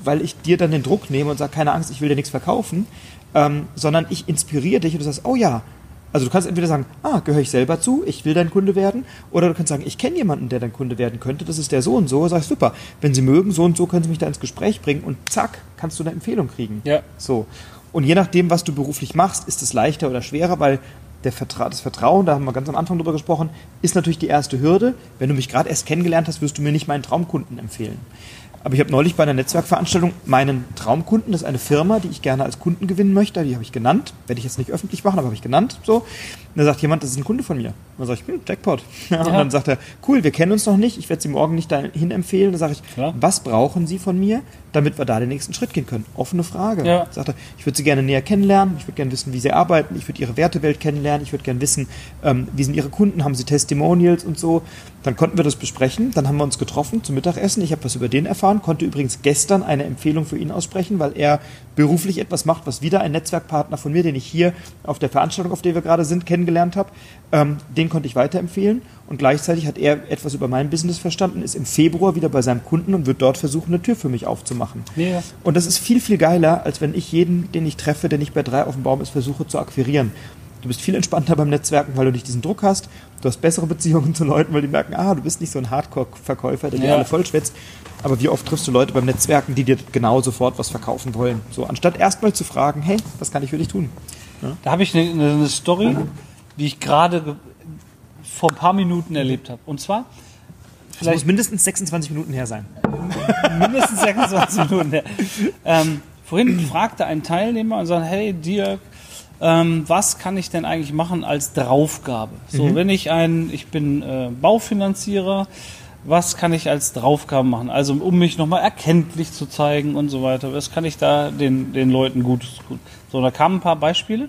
weil ich dir dann den Druck nehme und sage, keine Angst, ich will dir nichts verkaufen, ähm, sondern ich inspiriere dich und du sagst, oh ja, also du kannst entweder sagen, ah, gehöre ich selber zu, ich will dein Kunde werden, oder du kannst sagen, ich kenne jemanden, der dein Kunde werden könnte, das ist der so und so, sag ich, super, wenn Sie mögen, so und so können Sie mich da ins Gespräch bringen und zack, kannst du eine Empfehlung kriegen. Ja. So. Und je nachdem, was du beruflich machst, ist es leichter oder schwerer, weil der Vertra- das Vertrauen, da haben wir ganz am Anfang drüber gesprochen, ist natürlich die erste Hürde. Wenn du mich gerade erst kennengelernt hast, wirst du mir nicht meinen Traumkunden empfehlen. Aber ich habe neulich bei einer Netzwerkveranstaltung meinen Traumkunden, das ist eine Firma, die ich gerne als Kunden gewinnen möchte, die habe ich genannt, werde ich jetzt nicht öffentlich machen, aber habe ich genannt, so. Und dann sagt jemand, das ist ein Kunde von mir. Und dann sage ich, hm, Jackpot. Ja. Und dann sagt er, cool, wir kennen uns noch nicht, ich werde Sie morgen nicht dahin empfehlen. Dann sage ich, Klar. was brauchen Sie von mir, damit wir da den nächsten Schritt gehen können? Offene Frage. Ja. Sagt er, ich würde Sie gerne näher kennenlernen, ich würde gerne wissen, wie Sie arbeiten, ich würde Ihre Wertewelt kennenlernen, ich würde gerne wissen, ähm, wie sind Ihre Kunden, haben Sie Testimonials und so. Dann konnten wir das besprechen, dann haben wir uns getroffen zum Mittagessen, ich habe was über den erfahren, konnte übrigens gestern eine Empfehlung für ihn aussprechen, weil er beruflich etwas macht, was wieder ein Netzwerkpartner von mir, den ich hier auf der Veranstaltung, auf der wir gerade sind, kennengelernt habe, ähm, den konnte ich weiterempfehlen und gleichzeitig hat er etwas über mein Business verstanden, ist im Februar wieder bei seinem Kunden und wird dort versuchen, eine Tür für mich aufzumachen. Ja. Und das ist viel, viel geiler, als wenn ich jeden, den ich treffe, der nicht bei drei auf dem Baum ist, versuche zu akquirieren. Du bist viel entspannter beim Netzwerken, weil du nicht diesen Druck hast. Du hast bessere Beziehungen zu Leuten, weil die merken, ah, du bist nicht so ein Hardcore-Verkäufer, der ja. dir alle vollschwätzt. Aber wie oft triffst du Leute beim Netzwerken, die dir genau sofort was verkaufen wollen? So, anstatt erstmal zu fragen, hey, was kann ich für dich tun? Ja? Da habe ich eine, eine Story, die ich gerade vor ein paar Minuten erlebt habe. Und zwar, vielleicht das muss mindestens sechsundzwanzig Minuten her sein. mindestens sechsundzwanzig Minuten her. Ähm, vorhin fragte ein Teilnehmer und sagte, hey Dirk, Ähm, was kann ich denn eigentlich machen als Draufgabe? So, mhm. wenn ich ein, ich bin äh, Baufinanzierer, was kann ich als Draufgabe machen? Also, um mich nochmal erkenntlich zu zeigen und so weiter. Was kann ich da den, den Leuten Gutes tun? So, da kamen ein paar Beispiele.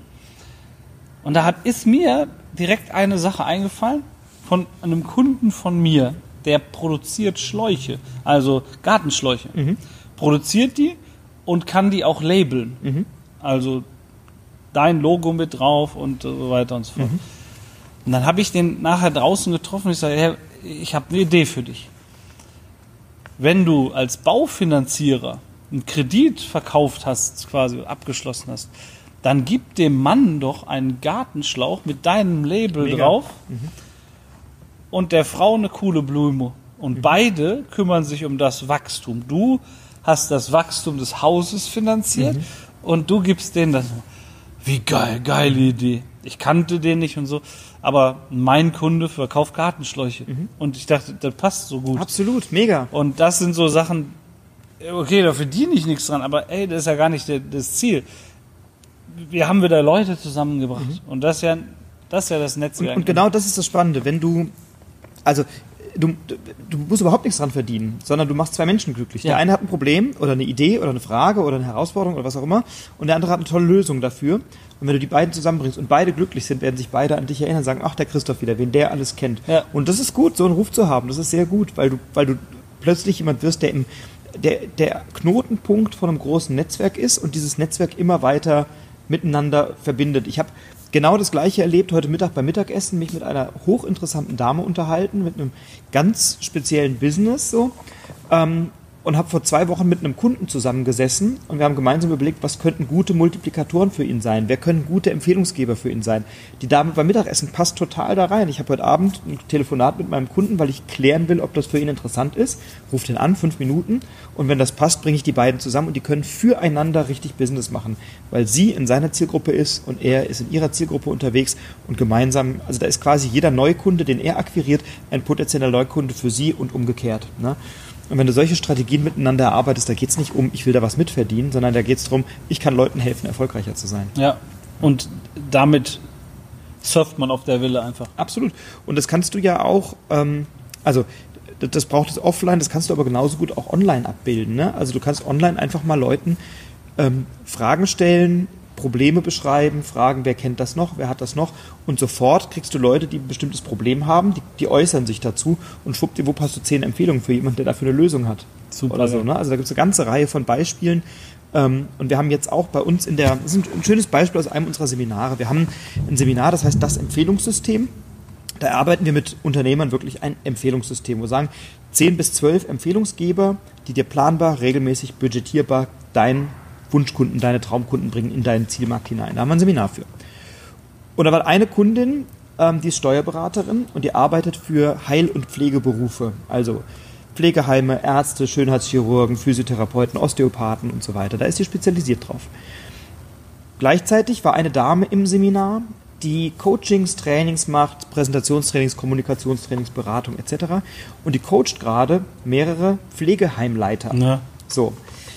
Und da hat, ist mir direkt eine Sache eingefallen von einem Kunden von mir, der produziert Schläuche, also Gartenschläuche. Mhm. Produziert die und kann die auch labeln. Mhm. Also, dein Logo mit drauf und so weiter und so fort. Mhm. Und dann habe ich den nachher draußen getroffen und ich sage, hey, ich habe eine Idee für dich. Wenn du als Baufinanzierer einen Kredit verkauft hast, quasi abgeschlossen hast, dann gib dem Mann doch einen Gartenschlauch mit deinem Label Mega. drauf mhm. und der Frau eine coole Blume. Und mhm. beide kümmern sich um das Wachstum. Du hast das Wachstum des Hauses finanziert mhm. und du gibst denen das. Wie geil, geile Idee. Ich kannte den nicht und so, aber mein Kunde verkauft Gartenschläuche. Mhm. Und ich dachte, das passt so gut. Absolut, mega. Und das sind so Sachen, okay, da verdiene ich nichts dran, aber ey, das ist ja gar nicht das Ziel. Wir haben wieder Leute zusammengebracht. Mhm. Und das ist ja das, ist ja das Netzwerk. Und, und genau das ist das Spannende. Wenn du, also Du, du musst überhaupt nichts dran verdienen, sondern du machst zwei Menschen glücklich. Ja. Der eine hat ein Problem oder eine Idee oder eine Frage oder eine Herausforderung oder was auch immer und der andere hat eine tolle Lösung dafür. Und wenn du die beiden zusammenbringst und beide glücklich sind, werden sich beide an dich erinnern und sagen, ach, der Christoph wieder, wen der alles kennt. Ja. Und das ist gut, so einen Ruf zu haben. Das ist sehr gut, weil du, weil du plötzlich jemand wirst, der im, der, der Knotenpunkt von einem großen Netzwerk ist und dieses Netzwerk immer weiter miteinander verbindet. Ich habe genau das Gleiche erlebt heute Mittag beim Mittagessen, mich mit einer hochinteressanten Dame unterhalten, mit einem ganz speziellen Business so ähm, und habe vor zwei Wochen mit einem Kunden zusammengesessen und wir haben gemeinsam überlegt, was könnten gute Multiplikatoren für ihn sein, wer können gute Empfehlungsgeber für ihn sein. Die Dame beim Mittagessen passt total da rein. Ich habe heute Abend ein Telefonat mit meinem Kunden, weil ich klären will, ob das für ihn interessant ist. Ruft ihn an, fünf Minuten und wenn das passt, bringe ich die beiden zusammen und die können füreinander richtig Business machen, weil sie in seiner Zielgruppe ist und er ist in ihrer Zielgruppe unterwegs und gemeinsam, also da ist quasi jeder Neukunde, den er akquiriert, ein potenzieller Neukunde für sie und umgekehrt, ne? Und wenn du solche Strategien miteinander erarbeitest, da geht es nicht um, ich will da was mitverdienen, sondern da geht es darum, ich kann Leuten helfen, erfolgreicher zu sein. Ja, und damit surft man auf der Welle einfach. Absolut. Und das kannst du ja auch, ähm, also das, das braucht es offline, das kannst du aber genauso gut auch online abbilden, ne? Also du kannst online einfach mal Leuten ähm, Fragen stellen, Probleme beschreiben, fragen, wer kennt das noch, wer hat das noch und sofort kriegst du Leute, die ein bestimmtes Problem haben, die, die äußern sich dazu und schwuppdiwupp hast du zehn Empfehlungen für jemanden, der dafür eine Lösung hat. Super. Oder so, ne? Also da gibt es eine ganze Reihe von Beispielen ähm, und wir haben jetzt auch bei uns in der, das ist ein schönes Beispiel aus einem unserer Seminare, wir haben ein Seminar, das heißt das Empfehlungssystem. Da arbeiten wir mit Unternehmern wirklich ein Empfehlungssystem, wo wir sagen, zehn bis zwölf Empfehlungsgeber die dir planbar, regelmäßig, budgetierbar deinen Wunschkunden, deine Traumkunden bringen in deinen Zielmarkt hinein. Da haben wir ein Seminar für. Und da war eine Kundin, ähm, die ist Steuerberaterin und die arbeitet für Heil- und Pflegeberufe, also Pflegeheime, Ärzte, Schönheitschirurgen, Physiotherapeuten, Osteopathen und so weiter. Da ist sie spezialisiert drauf. Gleichzeitig war eine Dame im Seminar, die Coachings, Trainings macht, Präsentationstrainings, Kommunikationstrainings, Beratung et cetera. Und die coacht gerade mehrere Pflegeheimleiter. Ja. So.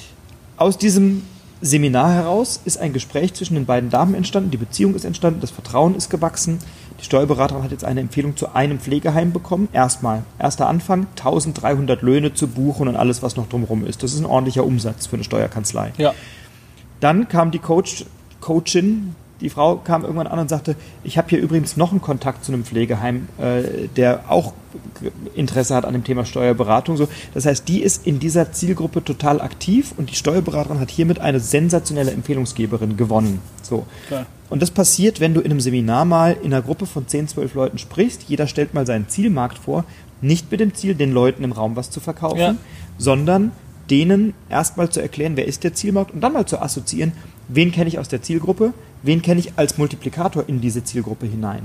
Aus diesem Seminar heraus ist ein Gespräch zwischen den beiden Damen entstanden, die Beziehung ist entstanden, das Vertrauen ist gewachsen. Die Steuerberaterin hat jetzt eine Empfehlung zu einem Pflegeheim bekommen. Erstmal, erster Anfang, eintausenddreihundert Löhne zu buchen und alles, was noch drumherum ist. Das ist ein ordentlicher Umsatz für eine Steuerkanzlei. Ja. Dann kam die Coach, Coachin, die Frau kam irgendwann an und sagte, ich habe hier übrigens noch einen Kontakt zu einem Pflegeheim, äh, der auch Interesse hat an dem Thema Steuerberatung. So, das heißt, die ist in dieser Zielgruppe total aktiv und die Steuerberaterin hat hiermit eine sensationelle Empfehlungsgeberin gewonnen. So. Klar. Und das passiert, wenn du in einem Seminar mal in einer Gruppe von zehn, zwölf Leuten sprichst. Jeder stellt mal seinen Zielmarkt vor, nicht mit dem Ziel, den Leuten im Raum was zu verkaufen, ja. sondern denen erstmal zu erklären, wer ist der Zielmarkt und dann mal zu assoziieren, wen kenne ich aus der Zielgruppe, wen kenne ich als Multiplikator in diese Zielgruppe hinein.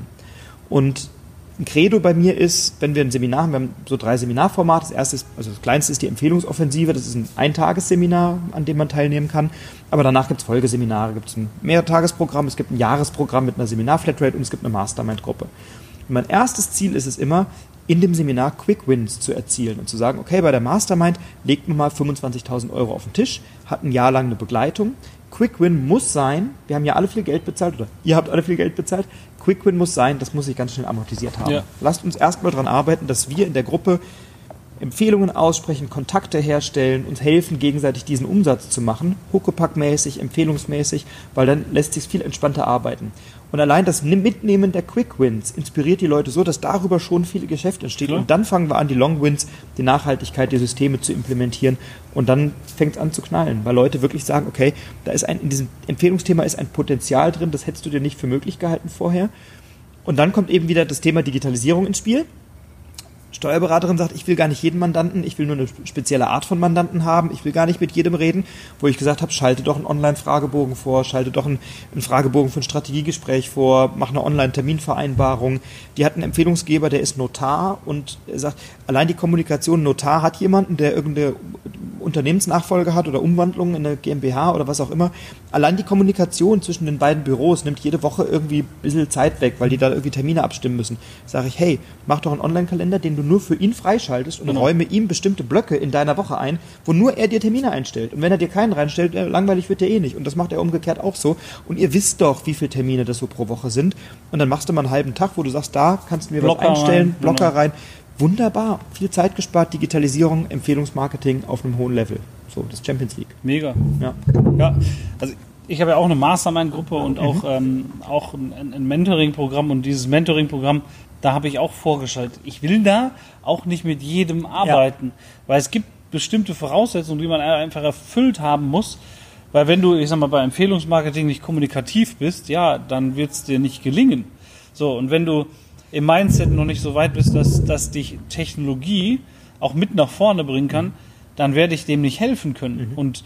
Und ein Credo bei mir ist, wenn wir ein Seminar haben, wir haben so drei Seminarformate. Das erste ist, also das kleinste ist die Empfehlungsoffensive, das ist ein Eintagesseminar, an dem man teilnehmen kann. Aber danach gibt es Folgeseminare, gibt es ein Mehrtagesprogramm, es gibt ein Jahresprogramm mit einer Seminar-Flatrate und es gibt eine Mastermind-Gruppe. Und mein erstes Ziel ist es immer, in dem Seminar Quick Wins zu erzielen und zu sagen, okay, bei der Mastermind legt man mal fünfundzwanzigtausend Euro auf den Tisch, hat ein Jahr lang eine Begleitung. Quick Win muss sein, wir haben ja alle viel Geld bezahlt, oder ihr habt alle viel Geld bezahlt, Quick Win muss sein, das muss sich ganz schnell amortisiert haben. Ja. Lasst uns erstmal daran arbeiten, dass wir in der Gruppe Empfehlungen aussprechen, Kontakte herstellen, uns helfen, gegenseitig diesen Umsatz zu machen, huckepackmäßig, empfehlungsmäßig, weil dann lässt sich viel entspannter arbeiten. Und allein das Mitnehmen der Quick Wins inspiriert die Leute so, dass darüber schon viel Geschäft entsteht. Klar. Und dann fangen wir an, die Long Wins, die Nachhaltigkeit, die Systeme zu implementieren. Und dann fängt es an zu knallen, weil Leute wirklich sagen, okay, da ist ein, in diesem Empfehlungsthema ist ein Potenzial drin, das hättest du dir nicht für möglich gehalten vorher. Und dann kommt eben wieder das Thema Digitalisierung ins Spiel. Steuerberaterin sagt, ich will gar nicht jeden Mandanten, ich will nur eine spezielle Art von Mandanten haben, ich will gar nicht mit jedem reden, wo ich gesagt habe, schalte doch einen Online-Fragebogen vor, schalte doch einen, einen Fragebogen für ein Strategiegespräch vor, mach eine Online-Terminvereinbarung. Die hat einen Empfehlungsgeber, der ist Notar und er sagt, allein die Kommunikation, Notar hat jemanden, der irgendeine Unternehmensnachfolge hat oder Umwandlung in eine GmbH oder was auch immer. Allein die Kommunikation zwischen den beiden Büros nimmt jede Woche irgendwie ein bisschen Zeit weg, weil die da irgendwie Termine abstimmen müssen. Sage ich, hey, mach doch einen Online-Kalender, den du nur für ihn freischaltest und genau. räume ihm bestimmte Blöcke in deiner Woche ein, wo nur er dir Termine einstellt. Und wenn er dir keinen reinstellt, langweilig wird der eh nicht. Und das macht er umgekehrt auch so. Und ihr wisst doch, wie viele Termine das so pro Woche sind. Und dann machst du mal einen halben Tag, wo du sagst, da kannst du mir Blocker was einstellen, rein, Blocker genau. rein. Wunderbar, viel Zeit gespart, Digitalisierung, Empfehlungsmarketing auf einem hohen Level. So, das Champions League. Mega. Ja, ja, also ich habe ja auch eine Mastermind-Gruppe und auch, mhm. ähm, auch ein, ein Mentoring-Programm und dieses Mentoring-Programm, da habe ich auch vorgeschaltet. Ich will da auch nicht mit jedem arbeiten, ja. weil es gibt bestimmte Voraussetzungen, die man einfach erfüllt haben muss, weil wenn du, ich sag mal, bei Empfehlungsmarketing nicht kommunikativ bist, ja, dann wird es dir nicht gelingen. So, und wenn du im Mindset noch nicht so weit bist, dass, dass dich Technologie auch mit nach vorne bringen kann, dann werde ich dem nicht helfen können. Mhm. Und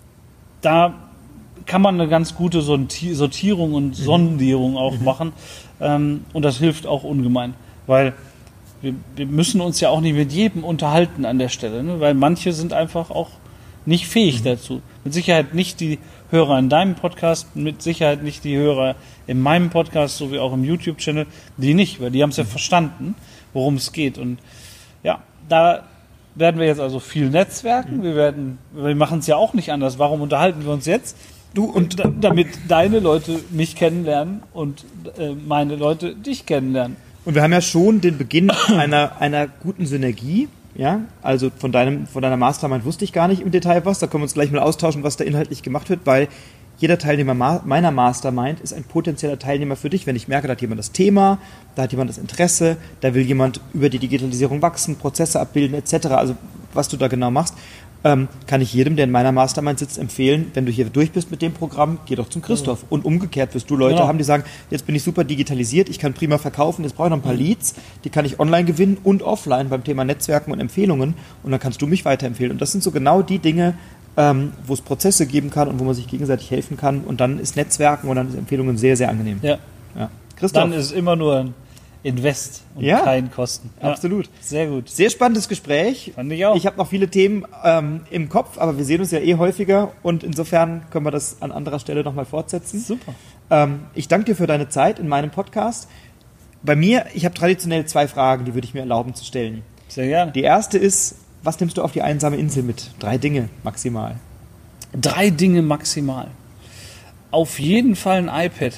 da kann man eine ganz gute Sortierung und Sondierung auch mhm. machen. Ähm, und das hilft auch ungemein. Weil wir, wir müssen uns ja auch nicht mit jedem unterhalten an der Stelle, ne? Weil manche sind einfach auch nicht fähig mhm. dazu. Mit Sicherheit nicht die Hörer in deinem Podcast, mit Sicherheit nicht die Hörer in meinem Podcast, so wie auch im YouTube-Channel, die nicht, weil die haben es ja verstanden, worum es geht. Und ja, da werden wir jetzt also viel netzwerken. Wir werden, wir machen es ja auch nicht anders. Warum unterhalten wir uns jetzt? Du und da, damit deine Leute mich kennenlernen und äh, meine Leute dich kennenlernen. Und wir haben ja schon den Beginn einer einer guten Synergie. Ja, also von deinem, von deiner Mastermind wusste ich gar nicht im Detail was. Da können wir uns gleich mal austauschen, was da inhaltlich gemacht wird, weil jeder Teilnehmer ma- meiner Mastermind ist ein potenzieller Teilnehmer für dich, wenn ich merke, da hat jemand das Thema, da hat jemand das Interesse, da will jemand über die Digitalisierung wachsen, Prozesse abbilden et cetera. Also was du da genau machst. ähm, kann ich jedem, der in meiner Mastermind sitzt, empfehlen, wenn du hier durch bist mit dem Programm, geh doch zum Christoph. Ja. Und umgekehrt wirst du Leute genau. haben, die sagen, jetzt bin ich super digitalisiert, ich kann prima verkaufen, jetzt brauche ich noch ein paar Leads, die kann ich online gewinnen und offline beim Thema Netzwerken und Empfehlungen und dann kannst du mich weiterempfehlen. Und das sind so genau die Dinge, ähm, wo es Prozesse geben kann und wo man sich gegenseitig helfen kann und dann ist Netzwerken und dann ist Empfehlungen sehr, sehr angenehm. Ja. ja. Christoph. Dann ist immer nur ein Invest und ja, kein Kosten. Ja, absolut. Sehr gut. Sehr spannendes Gespräch. Fand ich auch. Ich habe noch viele Themen ähm, im Kopf, aber wir sehen uns ja eh häufiger und insofern können wir das an anderer Stelle nochmal fortsetzen. Super. Ähm, ich danke dir für deine Zeit in meinem Podcast. Bei mir, ich habe traditionell zwei Fragen, die würde ich mir erlauben zu stellen. Sehr gerne. Die erste ist, was nimmst du auf die einsame Insel mit? Drei Dinge maximal. Drei Dinge maximal. Auf jeden Fall ein iPad.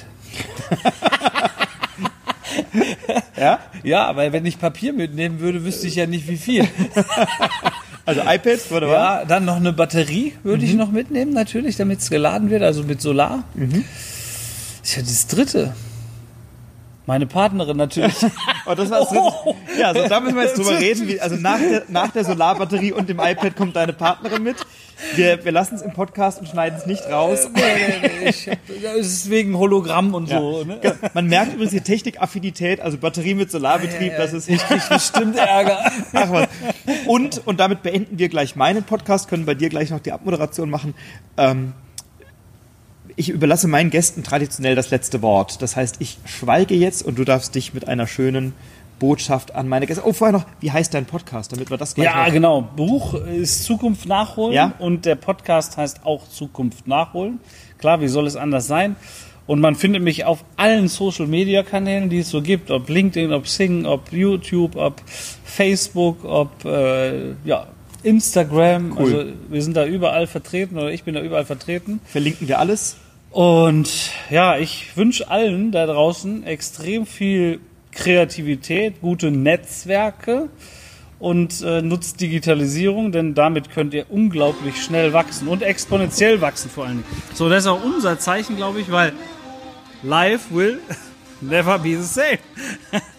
Ja? Ja, weil wenn ich Papier mitnehmen würde, wüsste ich ja nicht wie viel. Also iPad, oder was? Ja, dann noch eine Batterie würde mhm. ich noch mitnehmen, natürlich, damit es geladen wird, also mit Solar. Mhm. Ja, das dritte. Meine Partnerin natürlich. Oh, das war das dritte. Oh. Ja, so, da müssen wir jetzt drüber reden. Wie, also nach der, nach der Solarbatterie und dem iPad kommt deine Partnerin mit. Wir, wir lassen es im Podcast und schneiden es nicht raus. Nee, nee, nee, ich, das ist wegen Hologramm und ja. so. Ne? Man merkt übrigens die Technikaffinität, also Batterie mit Solarbetrieb, ja, ja, das ist... Ich krieg bestimmt Ärger. Ach was. Und, und damit beenden wir gleich meinen Podcast, können bei dir gleich noch die Abmoderation machen. Ähm, Ich überlasse meinen Gästen traditionell das letzte Wort. Das heißt, ich schweige jetzt und du darfst dich mit einer schönen Botschaft an meine Gäste... Oh, vorher noch, wie heißt dein Podcast, damit wir das gleich Ja, noch... genau. Buch ist Zukunft nachholen ja? und der Podcast heißt auch Zukunft nachholen. Klar, wie soll es anders sein? Und man findet mich auf allen Social-Media-Kanälen, die es so gibt. Ob LinkedIn, ob Sing, ob YouTube, ob Facebook, ob äh, ja, Instagram. Cool. Also wir sind da überall vertreten oder ich bin da überall vertreten. Verlinken wir alles. Und ja, ich wünsche allen da draußen extrem viel Kreativität, gute Netzwerke und äh, nutzt Digitalisierung, denn damit könnt ihr unglaublich schnell wachsen und exponentiell wachsen vor allen Dingen. So, das ist auch unser Zeichen, glaube ich, weil life will never be the same.